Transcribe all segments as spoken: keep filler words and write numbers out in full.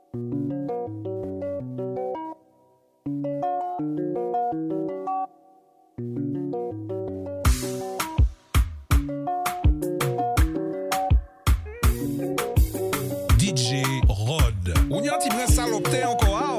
D J Rod. Ou n'y a ti pren salopte encore ah?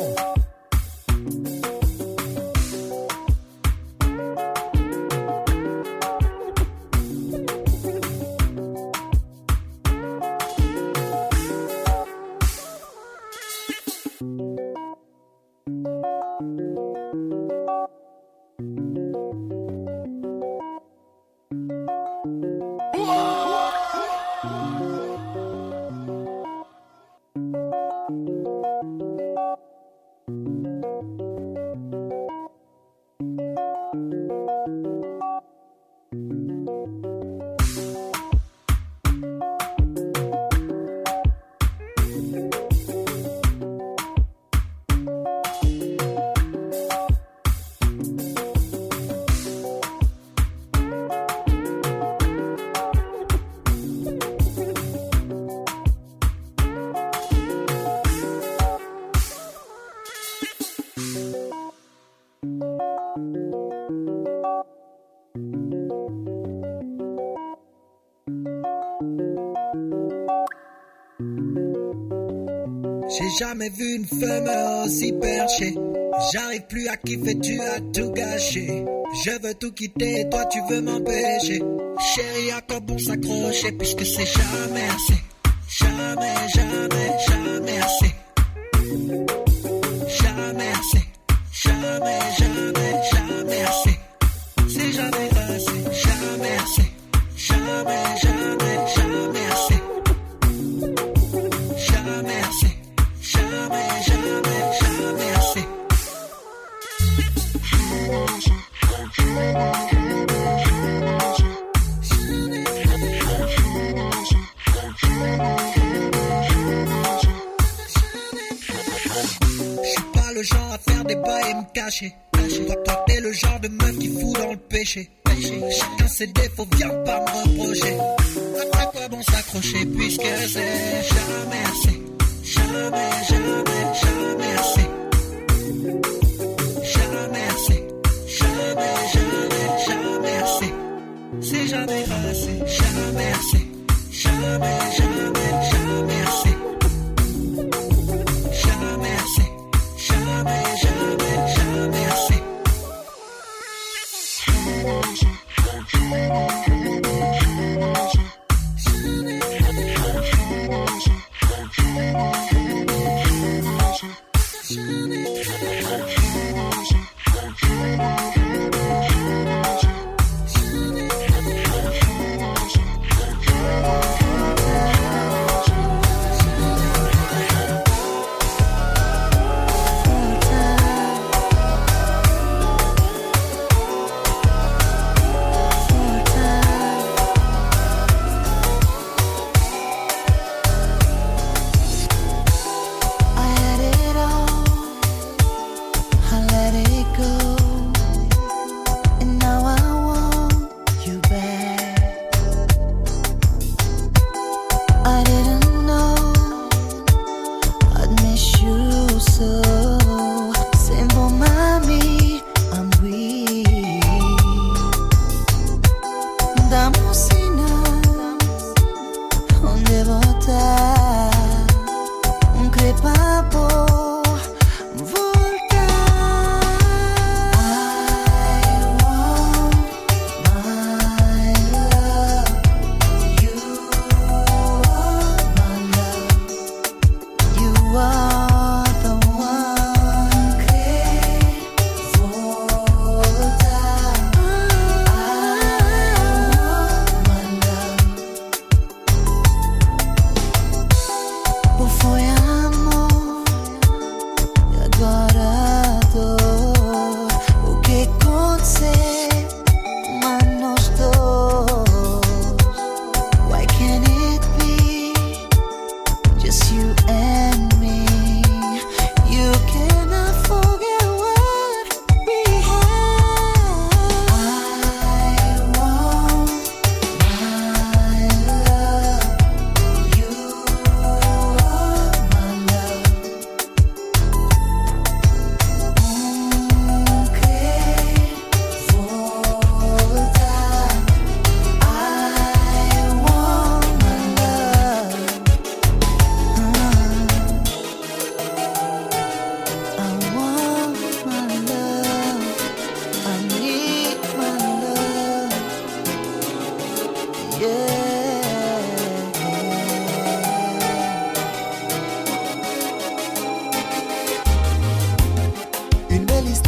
J'ai jamais vu une femme aussi perchée. J'arrive plus à kiffer, tu as tout gâché. Je veux tout quitter et toi tu veux m'empêcher. Chérie, à quoi bon s'accrocher puisque c'est jamais assez. Jamais, jamais, jamais assez. Jamais assez. Jamais, jamais, jamais assez. C'est jamais assez. Jamais assez. Jamais, jamais, jamais assez. Jamais assez. Jamais, jamais, jamais assez. J'suis pas le genre à faire des bails et me cacher. Toi, toi, t'es le genre de meuf qui fout dans le péché. Chacun ses défauts, viens pas me reprocher. À quoi bon s'accrocher puisque c'est jamais assez. Jamais, jamais, jamais assez. Jamais assez. Jamais, jamais, jamais assez. C'est jamais assez. Jamais assez. Jamais, jamais, jamais assez. Jamais assez. Jamais, jamais, jamais assez. You are the one.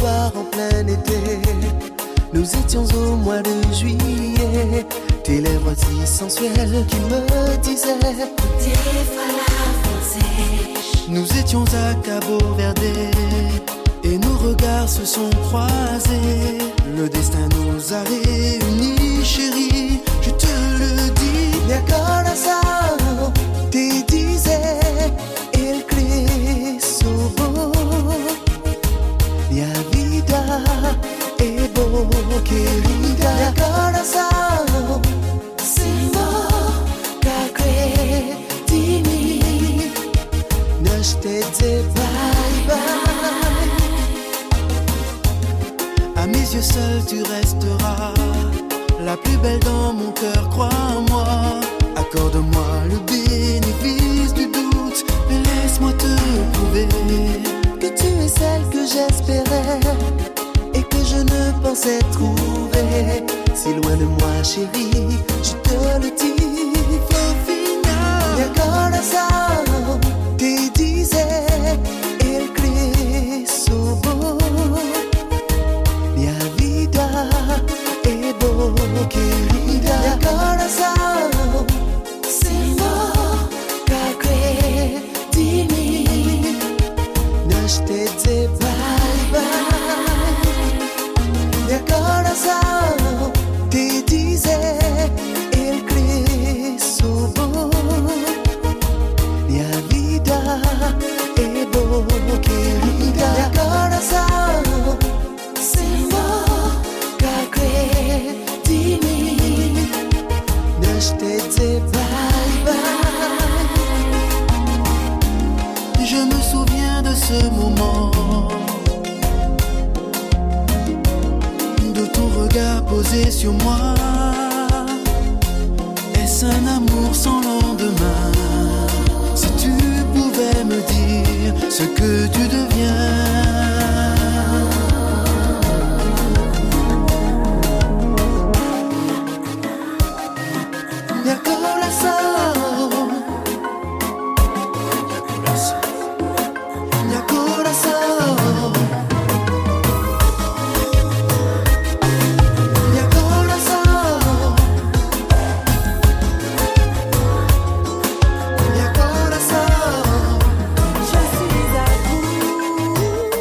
soir en plein été. Nous étions au mois de juillet. Tes lèvres si sensuelles qui me disaient des fois la française. Nous étions à Cabo Verde et nos regards se sont croisés. Le destin nous a réunis, chérie, je te le dis. Mi corazón te dice el Cristo. Mi vida es beau, querida. Mi corazón c'est mort, car credimi. Ne je te dis bye bye. À mes yeux seuls tu resteras la plus belle dans mon cœur, crois-moi. Accorde-moi le bénéfice du doute, mais laisse-moi te prouver que tu es celle que j'espérais et que je ne pensais trouver. Si loin de moi, chérie, je te le dis. Mi corazón te dice el Cristo. Mi vida es beau, querida. Mi corazón c'est mort, car credimi. Ne je te dis bye bye. Mi corazón te dice el Cristo. Mi vida es beau, querida. Mi corazón c'est mort, car credimi. Ne je te dis bye bye. Je me souviens de ce moment, de ton regard posé sur moi. Est-ce un amour sans lendemain? Si tu pouvais me dire ce que tu deviens. Mi corazón, mi corazón, mi corazón, mi corazón. Je suis à vous.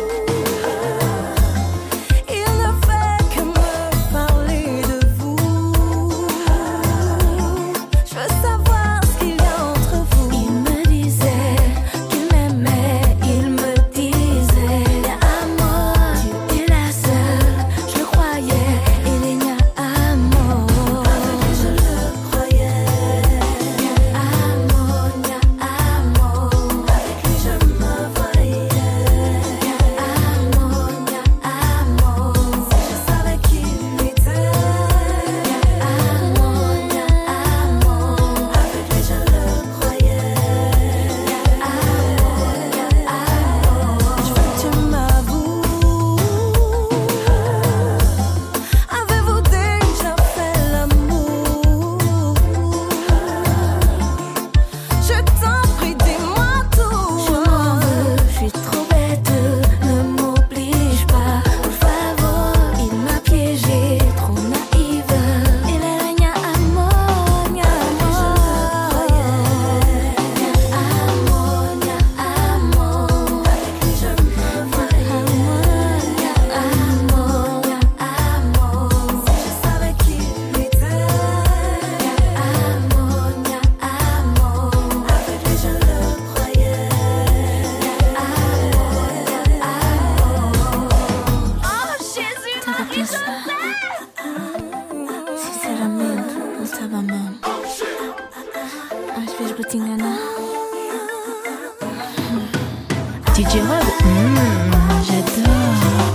Il ne fait que me parler de vous. Je veux savoir ce qu'il y a entre vous. Il me disait qu'il m'aimait, il me disait amor, tu es la seule, je le croyais, Elena amor. Avec lui je le croyais, amor, amor. Avec lui je me voyais, amor, amor. Si je savais qu'il était, amor, amor. Avec lui je le croyais, amor, amor. Je veux que tu m'avoues, avez-vous déjà fait l'amour? Je t'en prie, dis-moi tout. Je m'en veux, je suis trop bête, ne m'oblige pas, por favor. Il m'a piégée, trop naïve. Il est là, nya amor, nya amor. Amor, nya amor. Avec lui je me voyais, amor, nya amor. Si je savais qu'il était, amor, nya amor. Avec lui je le croyais, amor, amor. Oh Jésus, Marie, je t'aime. Sinceramente, não estava mal. Às vezes batia engana. D J Rob, hum, j'adore.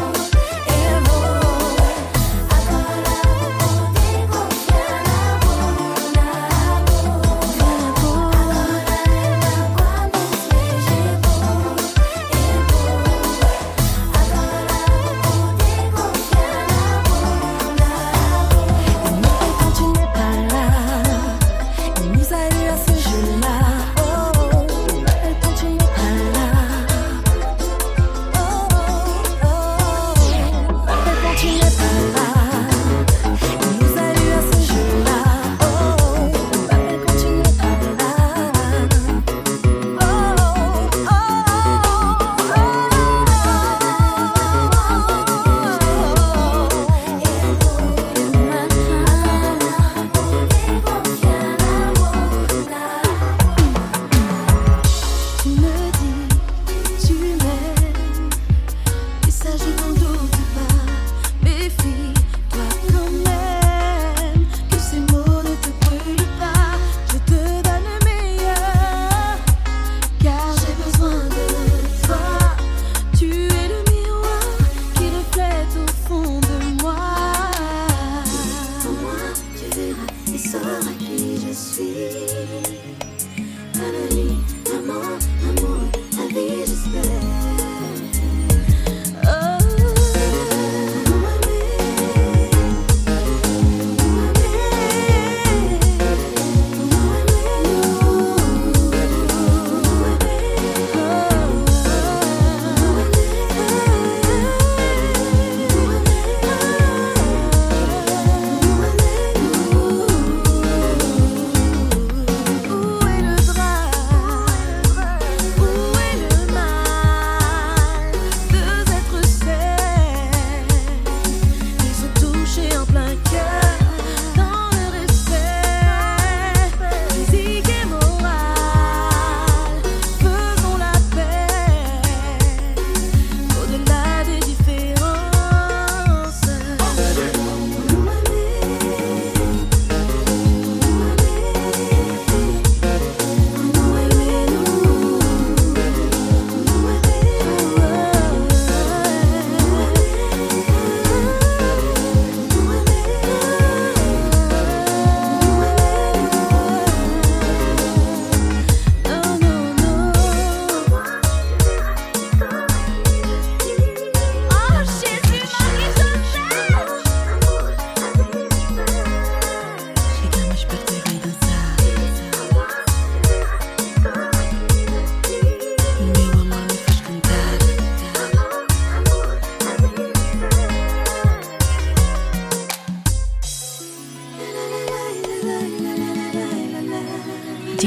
Quand tu n'es pas là, il nous a eu à ce jeu-là. Oh, quand tu n'es pas là.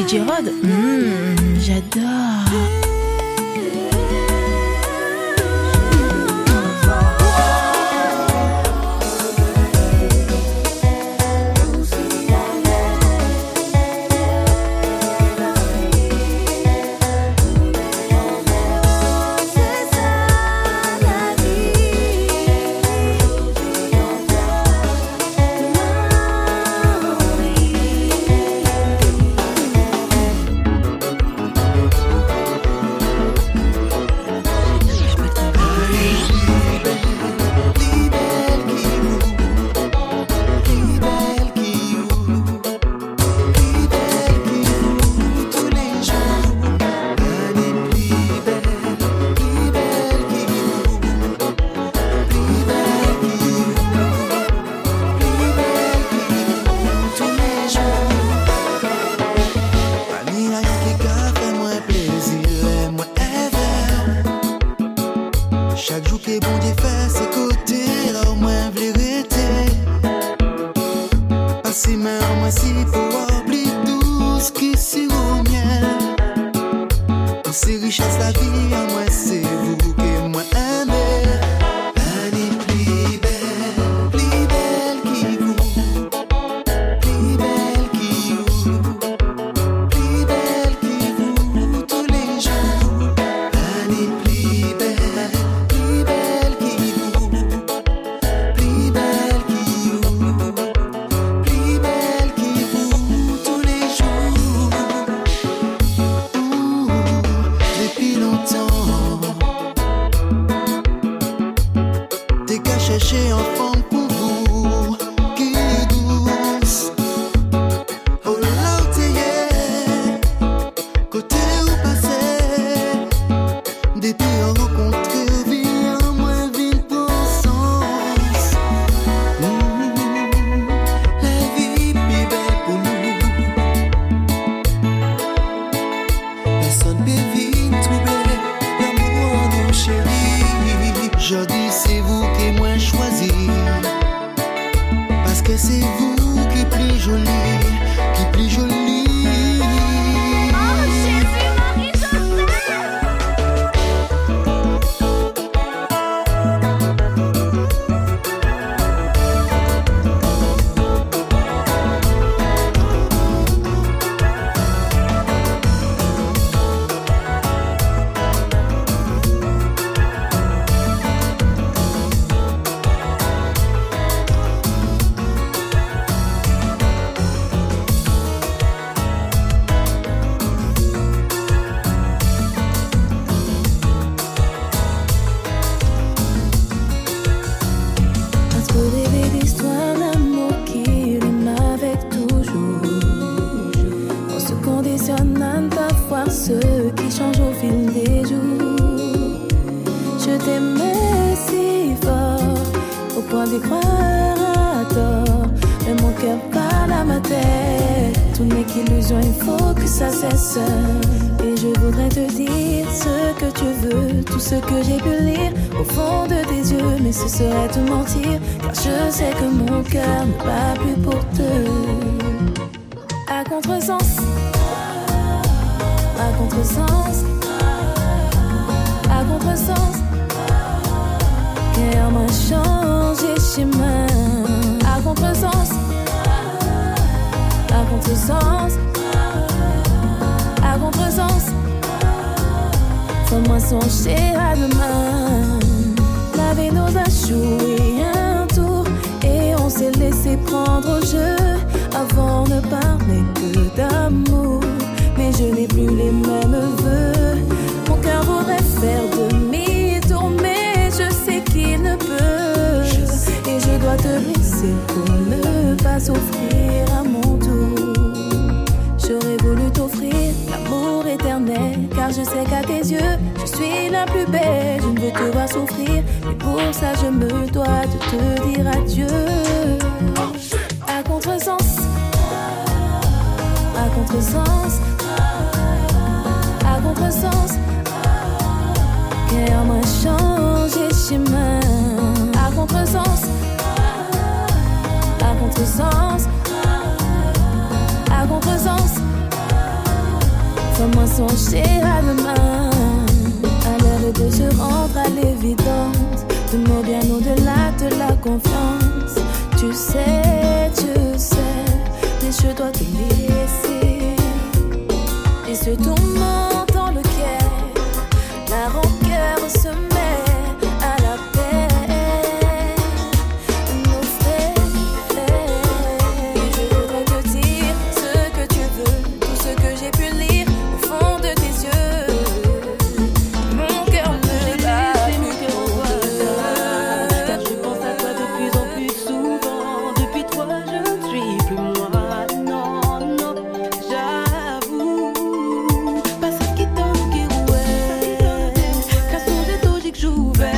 D J Rod, mmh, j'adore. À contresens, songer à demain, à l'heure de se rendre à l'évidence, de mots bien au-delà de la confiance. Tu sais, tu sais, mais je dois te laisser. Et ce tourment dans lequel la rancœur se met à la paix nous fait. Et je voudrais te dire ce que tu veux, tout ce que j'ai pu lire au fond de tes yeux. Mon cœur ne bat plus pour toi, car je pense à toi de plus en plus souvent. Depuis toi je ne suis plus moi, non, non, j'avoue. Pas ce qui donne qui rouait, car son jeton j'ai que j'ouvrais.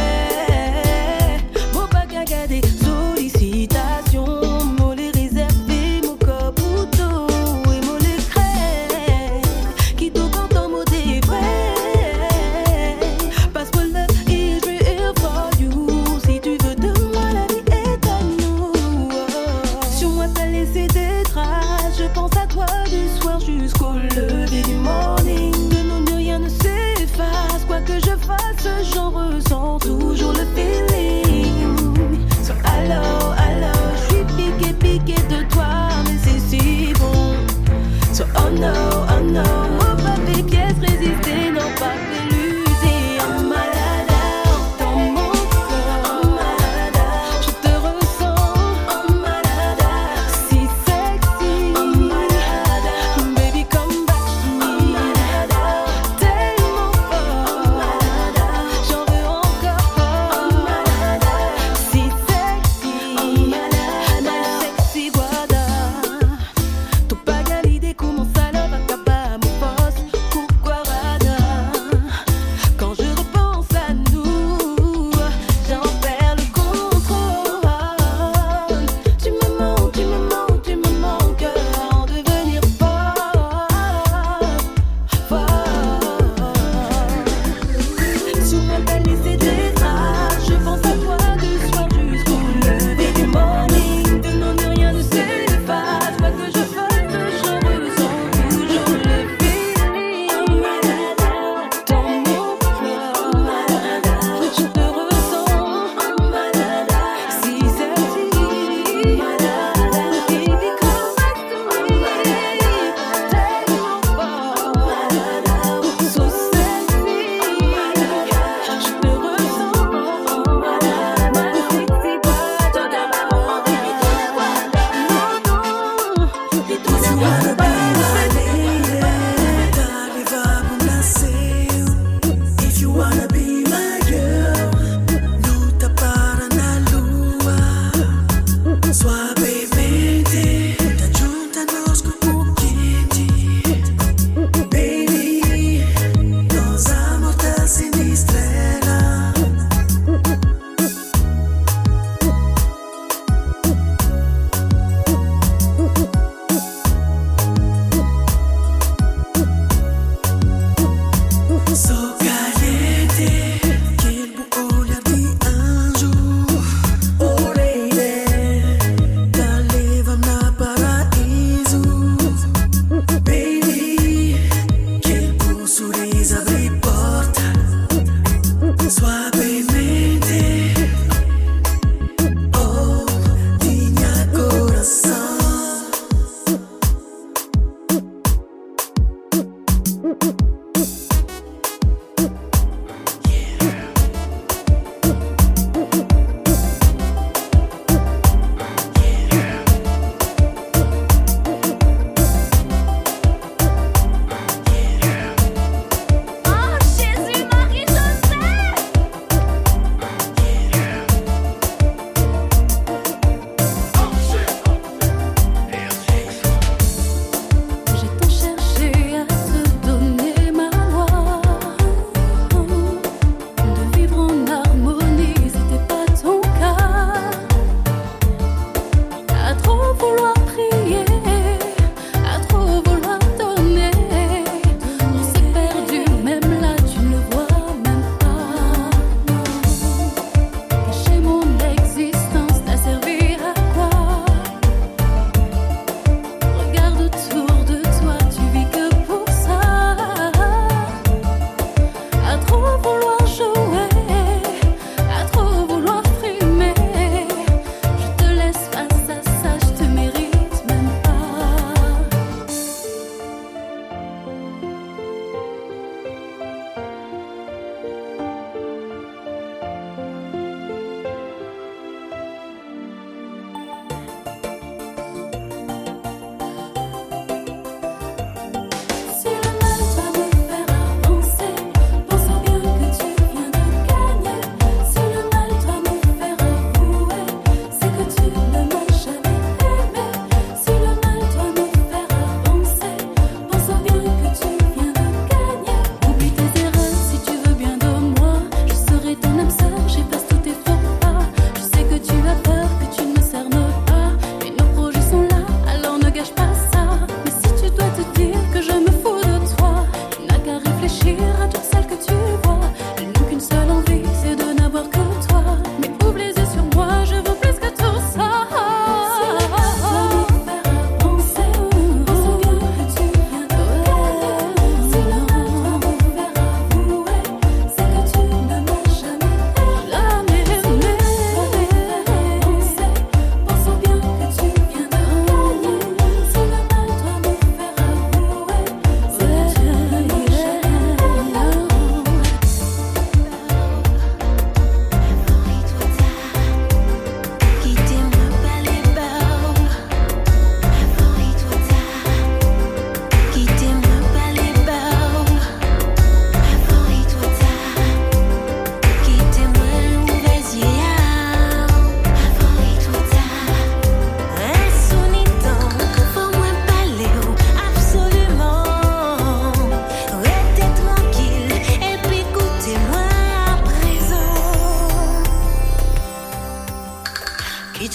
Beau bac à garder, sollicitation, mots les réserver, mon corps couteau et mots les craies, qui tout content mot des vrais. Passe-moi le et je vais here for you. Si tu veux de moi, la vie est à nous. Sur moi t'as laissé des traces, je pense à toi du soir jusqu'au lever du morning. De nous rien ne s'efface, quoi que je fasse, j'en ressens toujours le feeling. So allo, allo, je suis piqué, piqué de toi, mais c'est si bon. So oh no, oh no, moi pas mes pièces résister, non pas l'user. Oh malade, dans mon cœur, oh malade, je te ressens, oh malade, si sexy, oh malade, baby come back to me, oh malade, tellement fort, oh malade, j'en veux encore, oh malade, si sexy, oh malade, sexy guarda. Tu paga l'idée comment ça love acaba mon poste pour guarada. Quand je repense à nous, j'en perds le contrôle. Tu me manques, tu me manques, tu me manques en devenir fort, fort. Sur moi t'as laissé des traces, je pense à toi du soir jusqu'au lever du morning. De nous rien ne s'efface, quoi que je fasse, je ressens toujours le feeling. Oh malade, dans mon cœur, oh malade, je te ressens, oh malade, si sexy, oh malade, baby come back to me, tellement fort, oh malade, so sexy, oh malade, je te ressens, oh malade, my sexy boy, t'en as pas envie de toi, non, non, et tout ça va pas If you wanna be my girl, luta para na lua. Suavemente, te junta-nos com o quente. Baby, nos amor tá sem estrela. Sou caliente, aquele bom olhar de anjo. Oh lady, tá leva-me na paraíso. Baby, aquele bom sorriso abre porta. Suavemente, oh, tinha coração. Oh Jésus, Marie-Josée.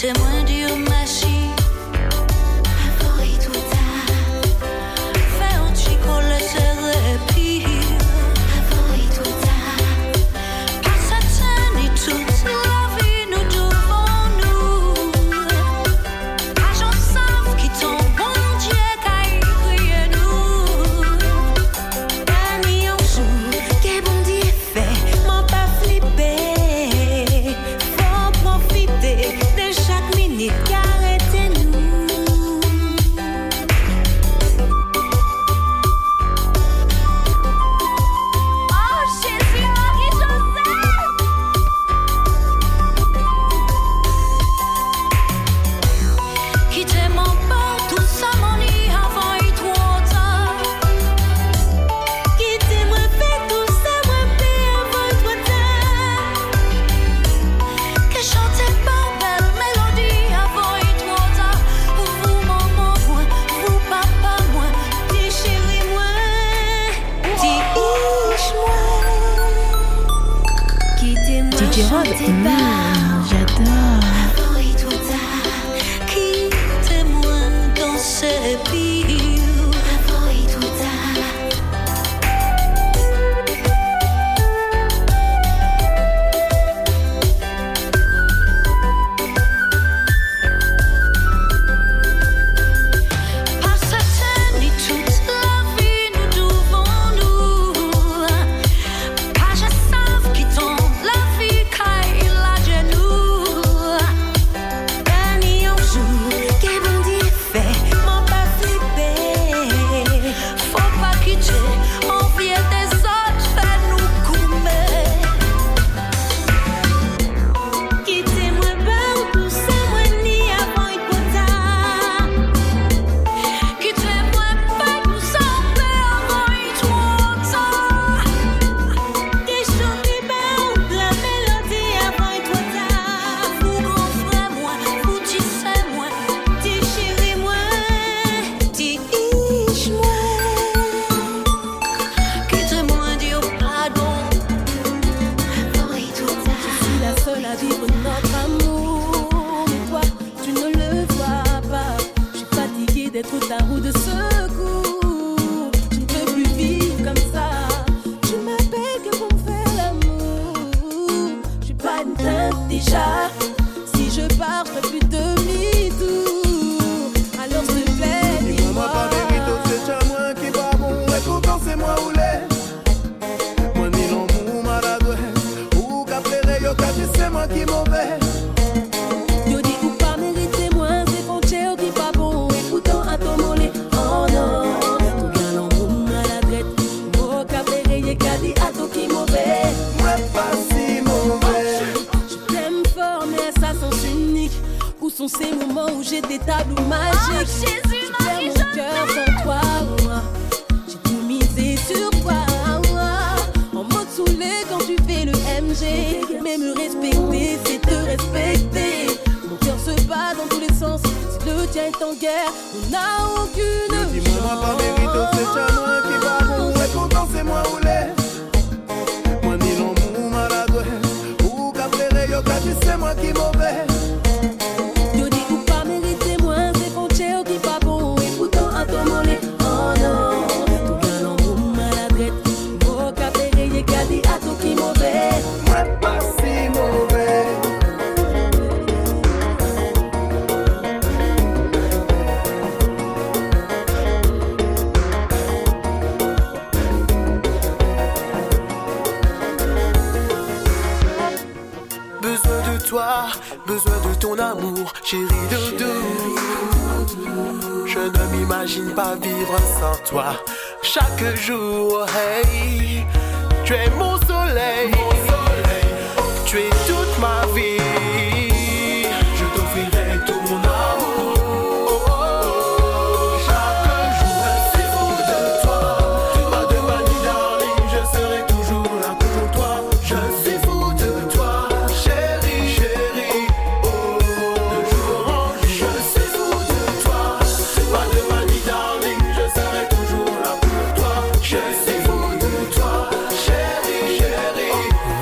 témoin du machine. Besoin de ton amour, chérie doudou. Je ne m'imagine pas vivre sans toi. Chaque jour, hey, tu es mon soleil, tu es toute ma vie. Je t'offrirai tout mon amour. Chaque jour, je suis fou de toi. Pas de manie, darling, je serai toujours là pour toi. Je suis fou de toi, chérie, chérie. Oh, de jour en jour, je suis fou de toi. Pas de manie, darling, je serai toujours là pour toi. Je suis fou de toi, chérie, chérie.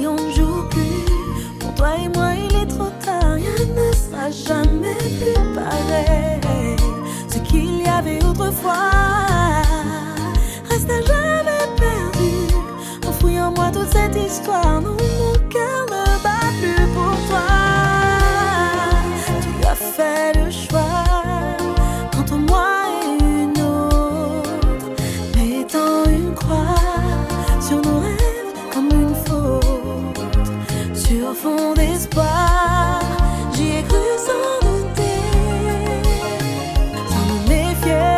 on ne joue plus. Pour toi et moi il est trop tard, rien ne sera jamais plus pareil. Ce qu'il y avait autrefois reste à jamais perdu. Enfouis en moi toute cette histoire, non, mon cœur ne bat plus pour toi. Tu as fait le choix entre moi et une autre, mettant une croix sur nos rêves comme une faute. Sur fond d'espoir, j'y ai cru sans douter, sans me méfier.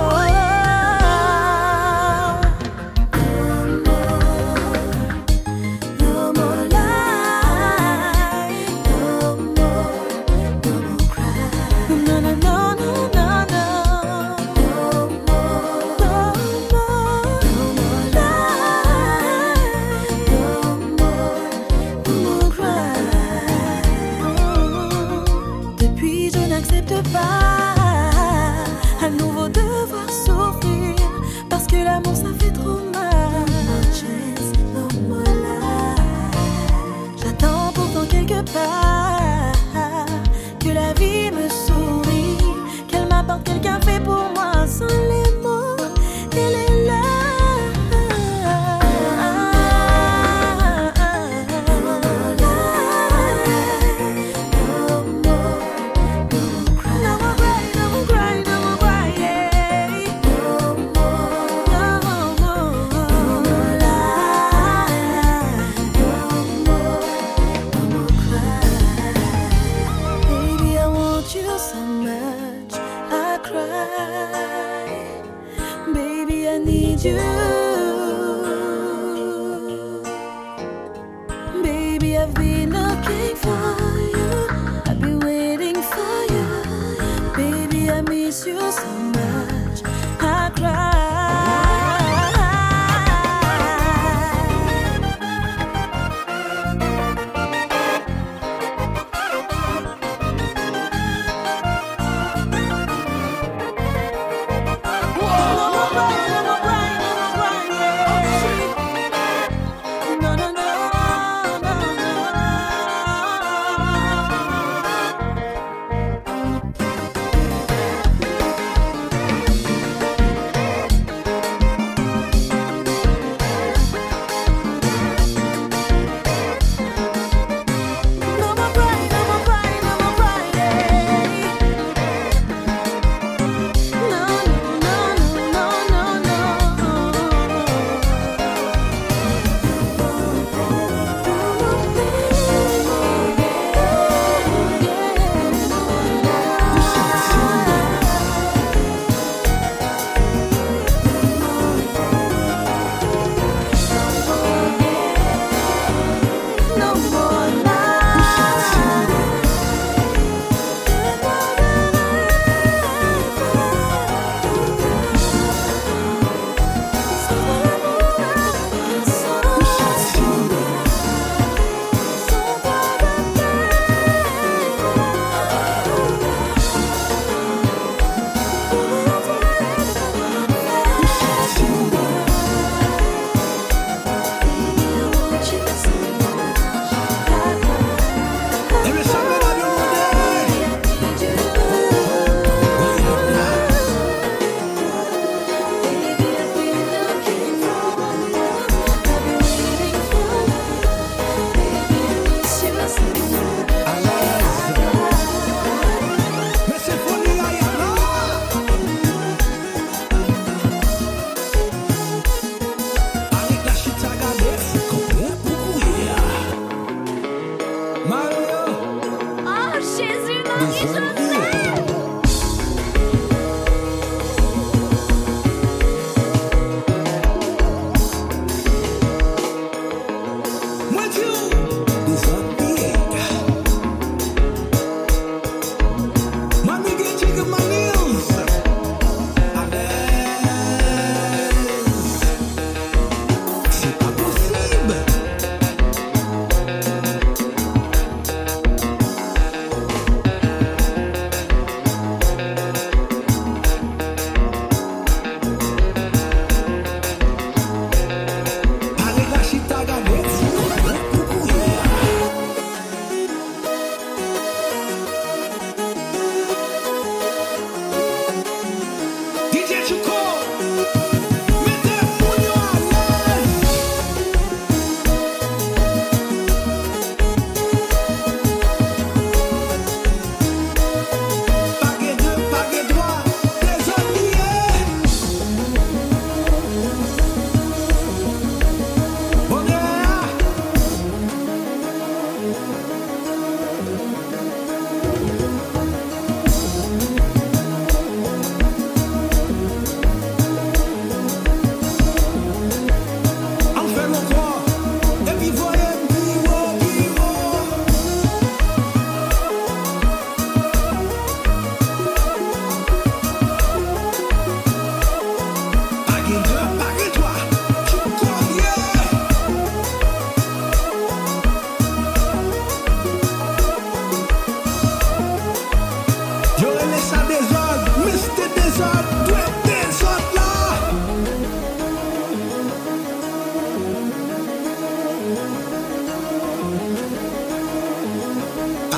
No more, no more lie, no more, no more cry. No, no, no, no, no, no. No more, no more, no more lie, no more, no more cry. Depuis je n'accepte pas à nouveau devoir souffrir, parce que l'amour ça fait trop mal. No more chance, no more lie. J'attends pourtant quelque part que la vie me sourie, qu'elle m'apporte quelqu'un fait pour moi sans les mots. Elle est là. No more lie, no more, no more cry. No more cry, no more cry, no more cry, yeah. No more, no more, no more lie, no more, no more cry. Baby, I want you so much, I cry. Baby, I need you. Baby, I've been looking for you, I've been waiting for you. Baby, I miss you so much, I cry. No more cry, no more cry, no more cry, yeah. No, no, no, no, no.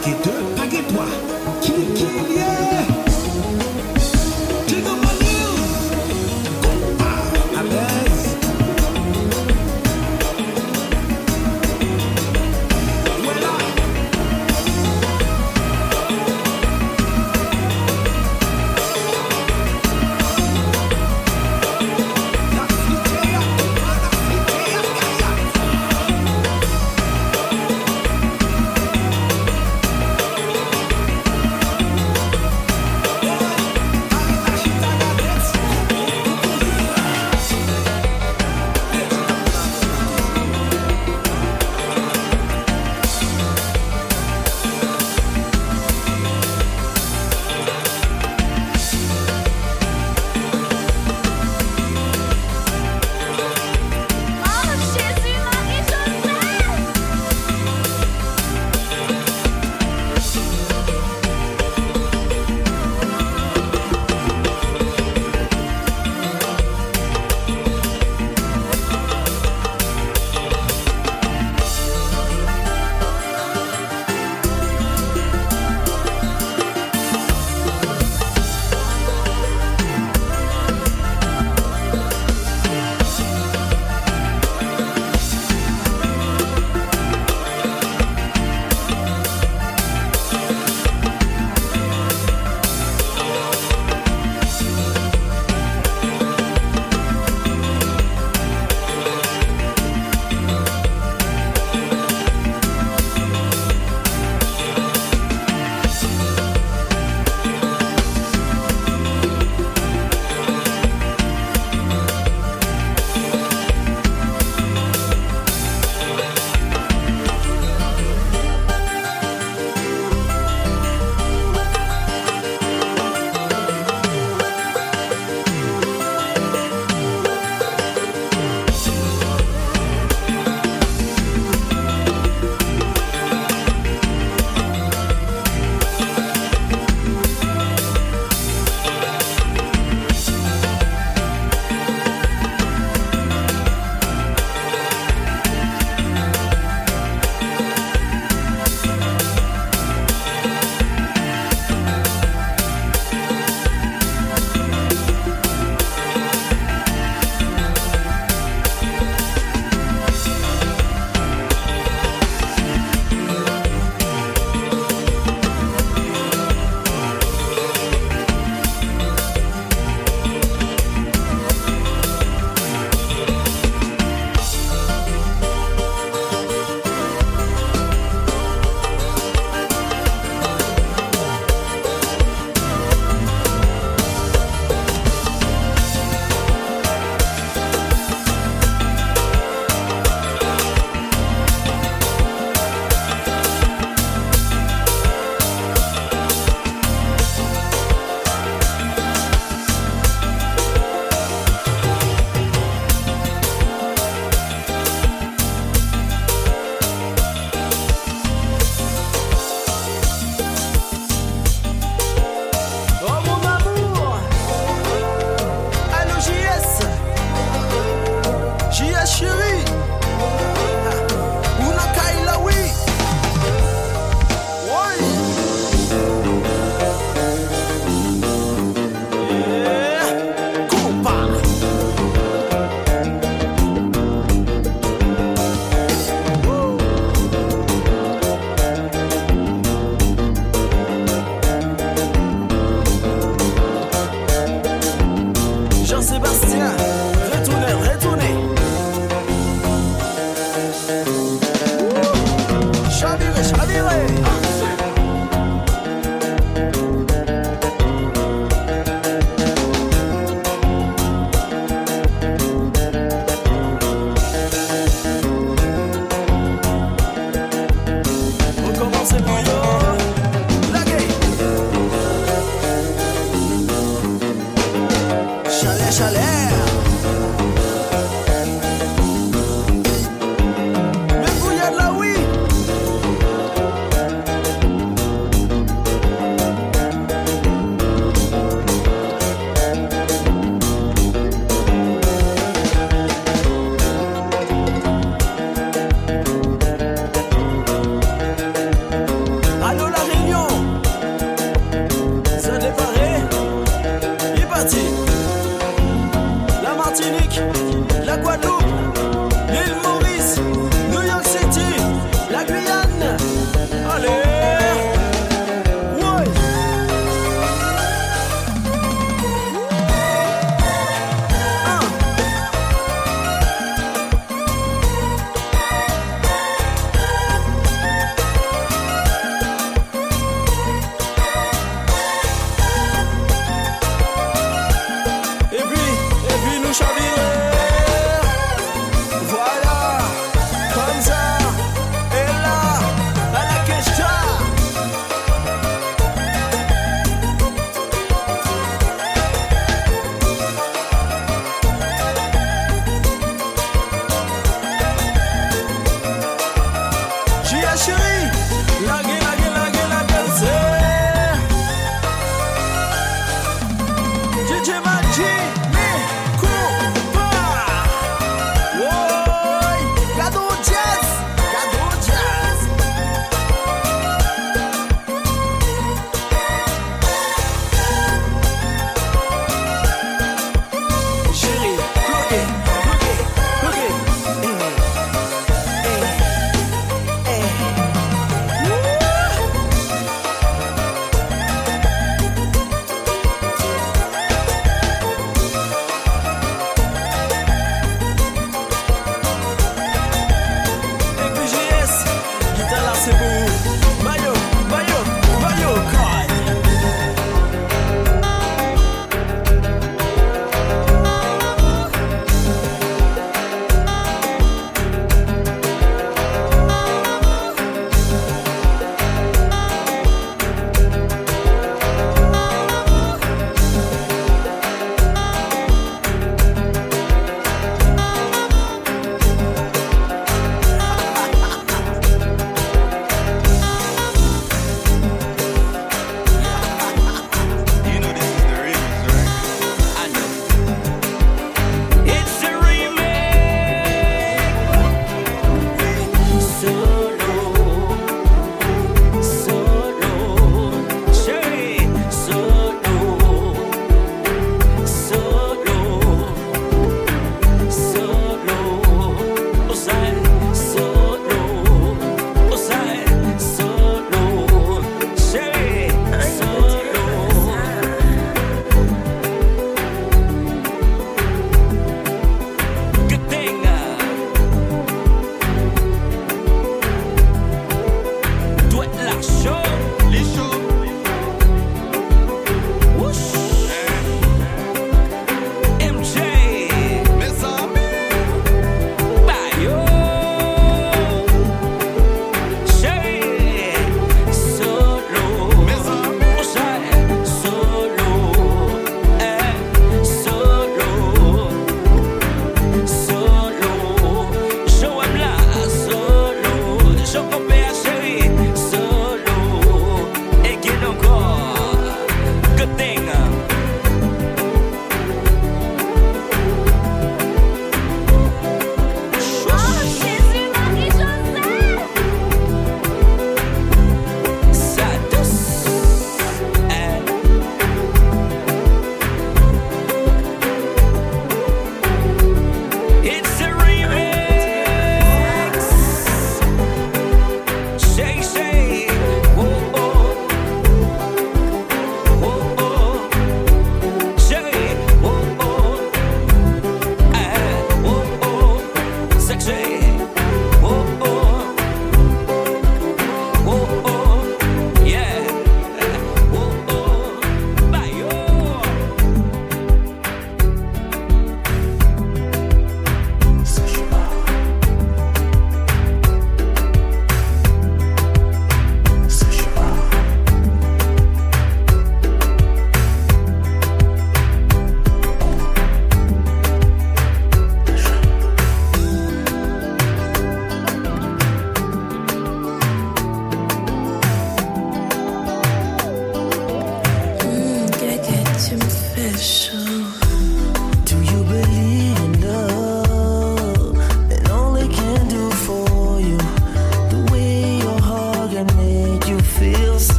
Paquet deux, paquet trois. Qui, qui, yeah. Jingle my news. Compa, à l'aise. Voilà. La cité, la cité, la cité. Gia chérie, laguer, laguer, laguer, laguer, c'est D J Magic, mais coupa. Oi, Gado Jazz, Gado Jazz. Chérie, look it, look it, look it. Eh, eh, eh.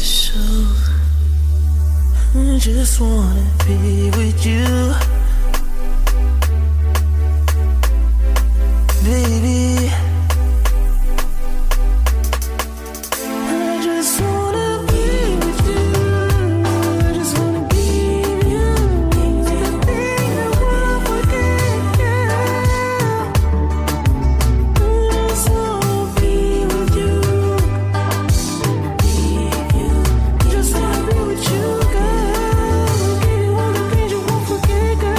special. I just wanna be with you, baby. I just wanna be with you. I just wanna be with you. The thing I wanna forget, yeah. I just wanna be with you. Be with you. Just wanna be with you, girl. Give you all the things you won't forget, girl.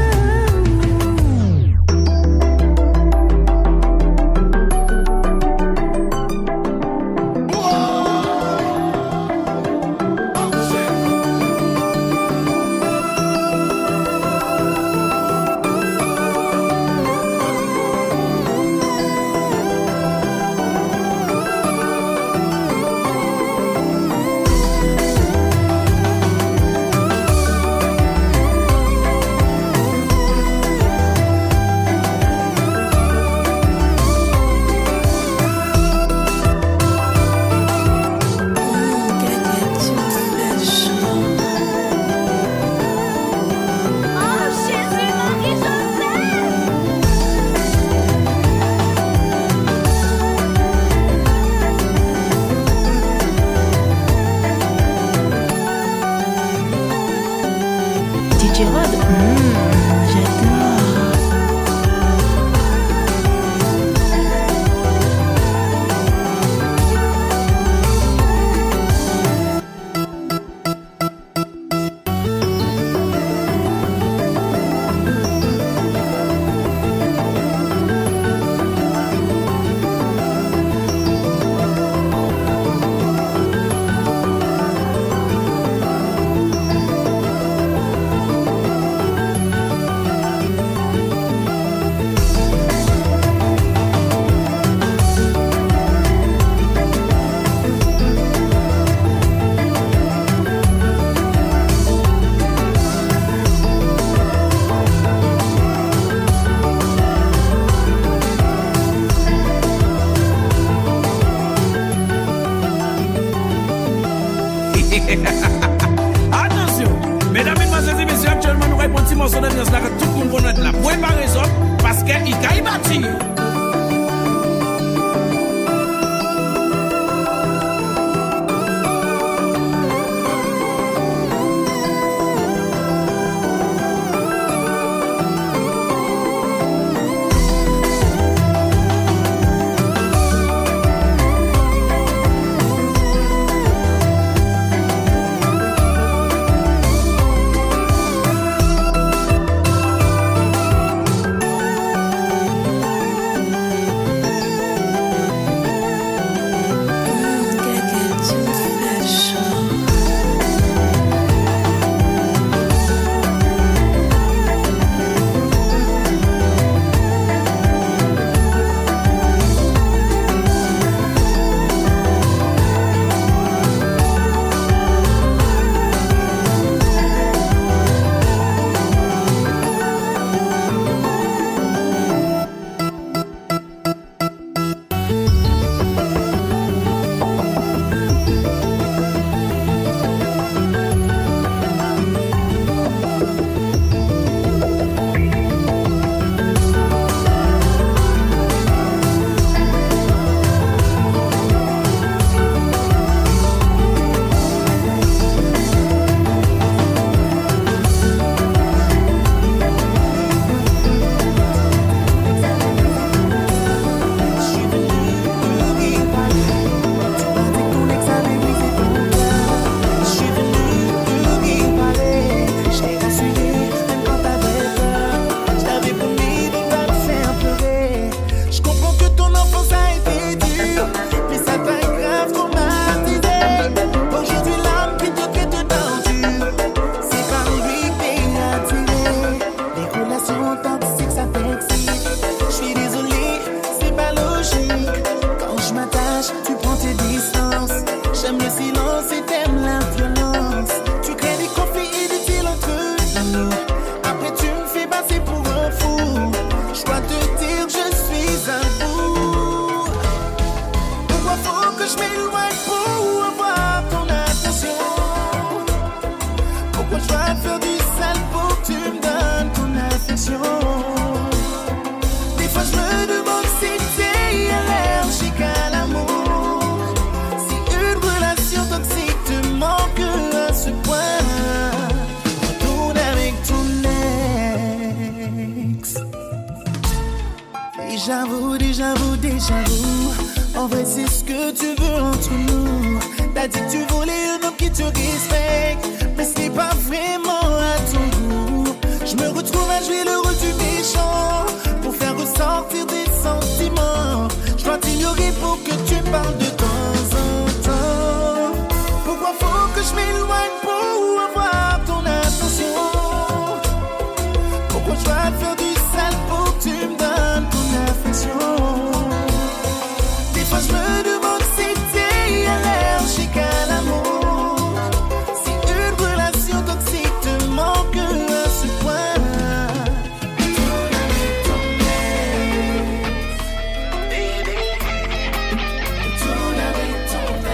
D J Rod, mmh, j'adore. Attention, mesdames, mesdemoiselles et messieurs, actuellement nous répondons petit morceau d'ambiance là que tout le monde va être là. Préparez ça parce qu'il y a bâti. j'avoue, en vrai c'est ce que tu veux entre nous. T'as dit que tu voulais un homme qui te respecte, mais ce n'est pas vraiment à ton goût. Je me retrouve à jouer le rôle du méchant pour faire ressortir des sentiments. Je dois t'ignorer pour que tu parles de temps en temps. Pourquoi faut que je m'éloigne pour avoir ton attention? Pourquoi je dois faire du sale pour que tu me donnes ton affection? Des fois je me demande si t'es allergique à l'amour, si une relation toxique te manque à ce point. Retourne avec ton ex,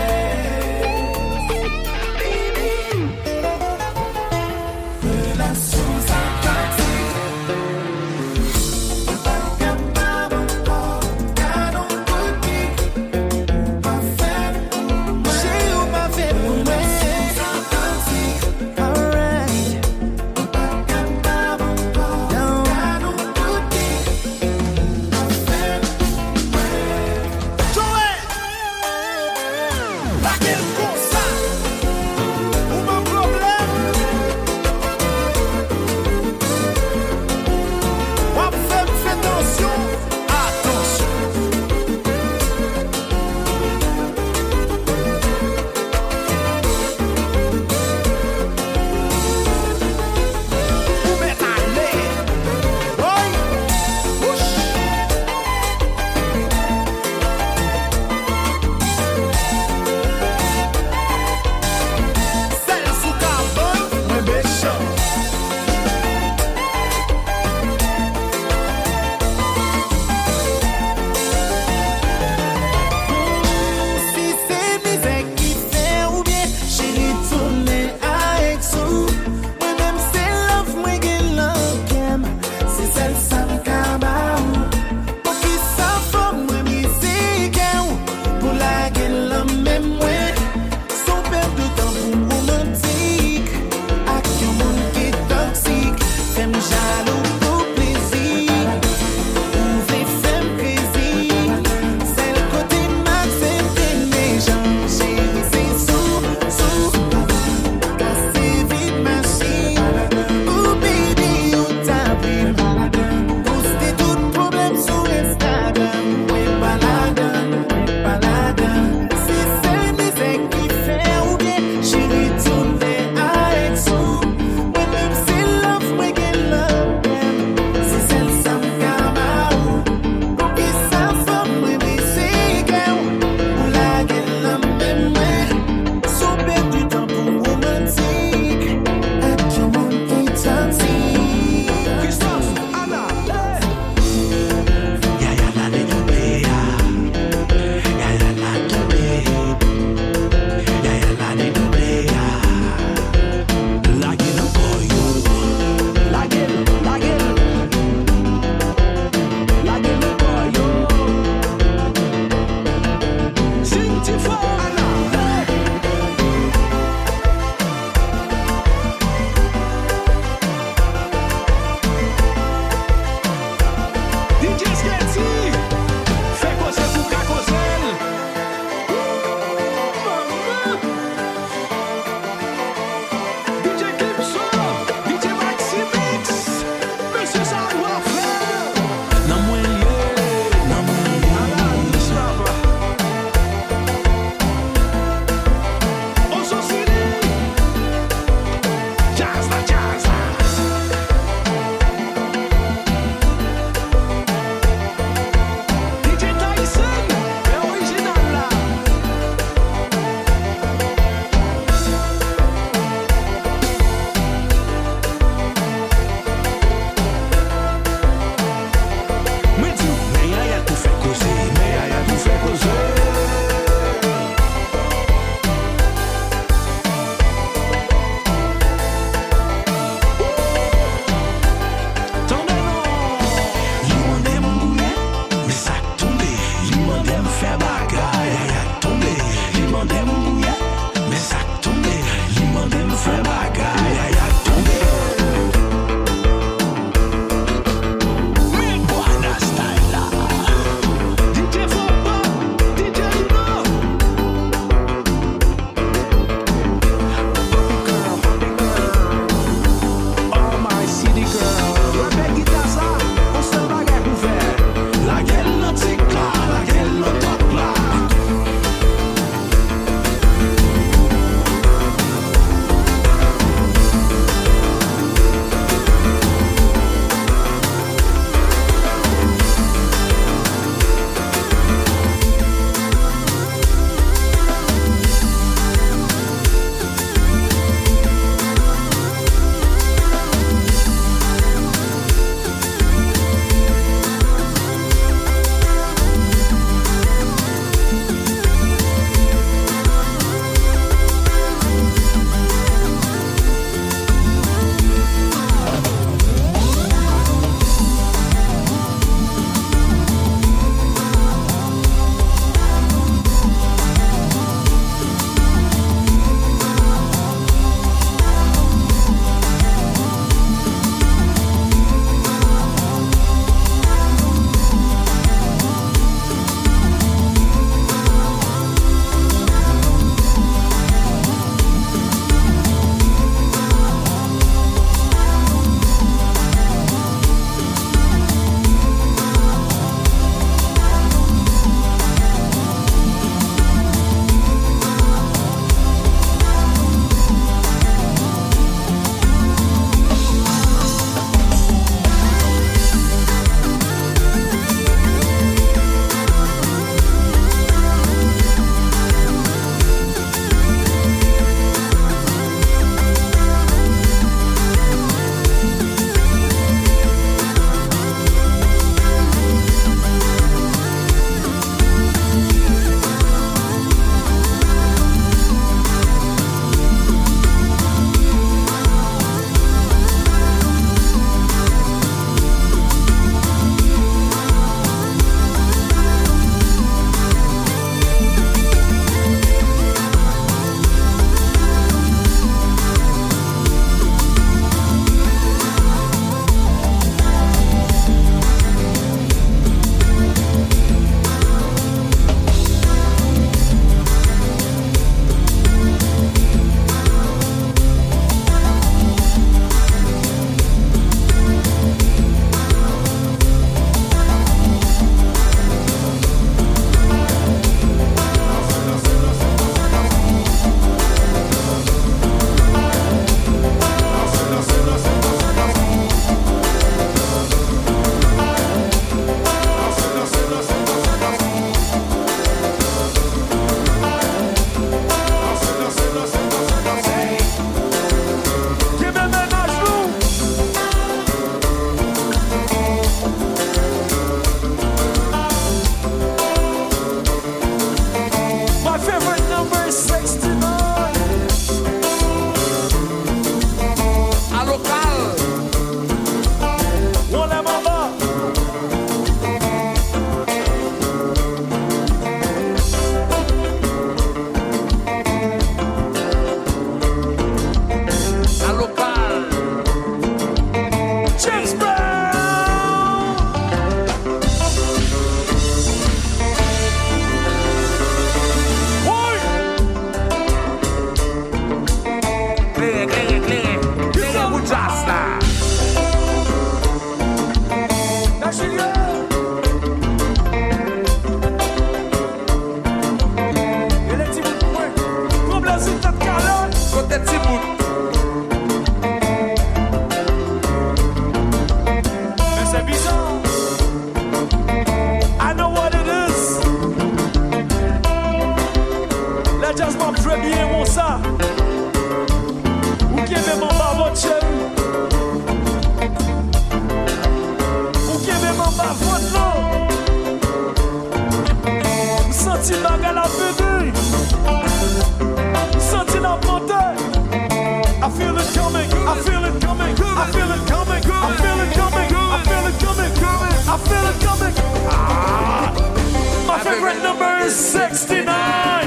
feel it coming, I feel it coming, I feel it coming, I feel it coming, I feel it coming, I feel it coming. Ah, my favorite number is sixty-nine.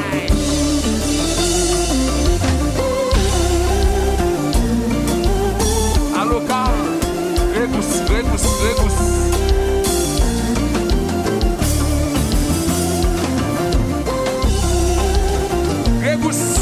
Aloca, Regus, Regus, Regus. Regus.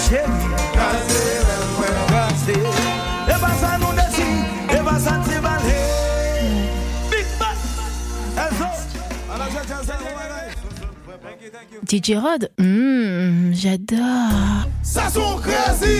chérie. Gazé, et pas ça nous décide, et pas ça t'y balé. Big Bang, D J Rod, mm, j'adore. ça sont crazy.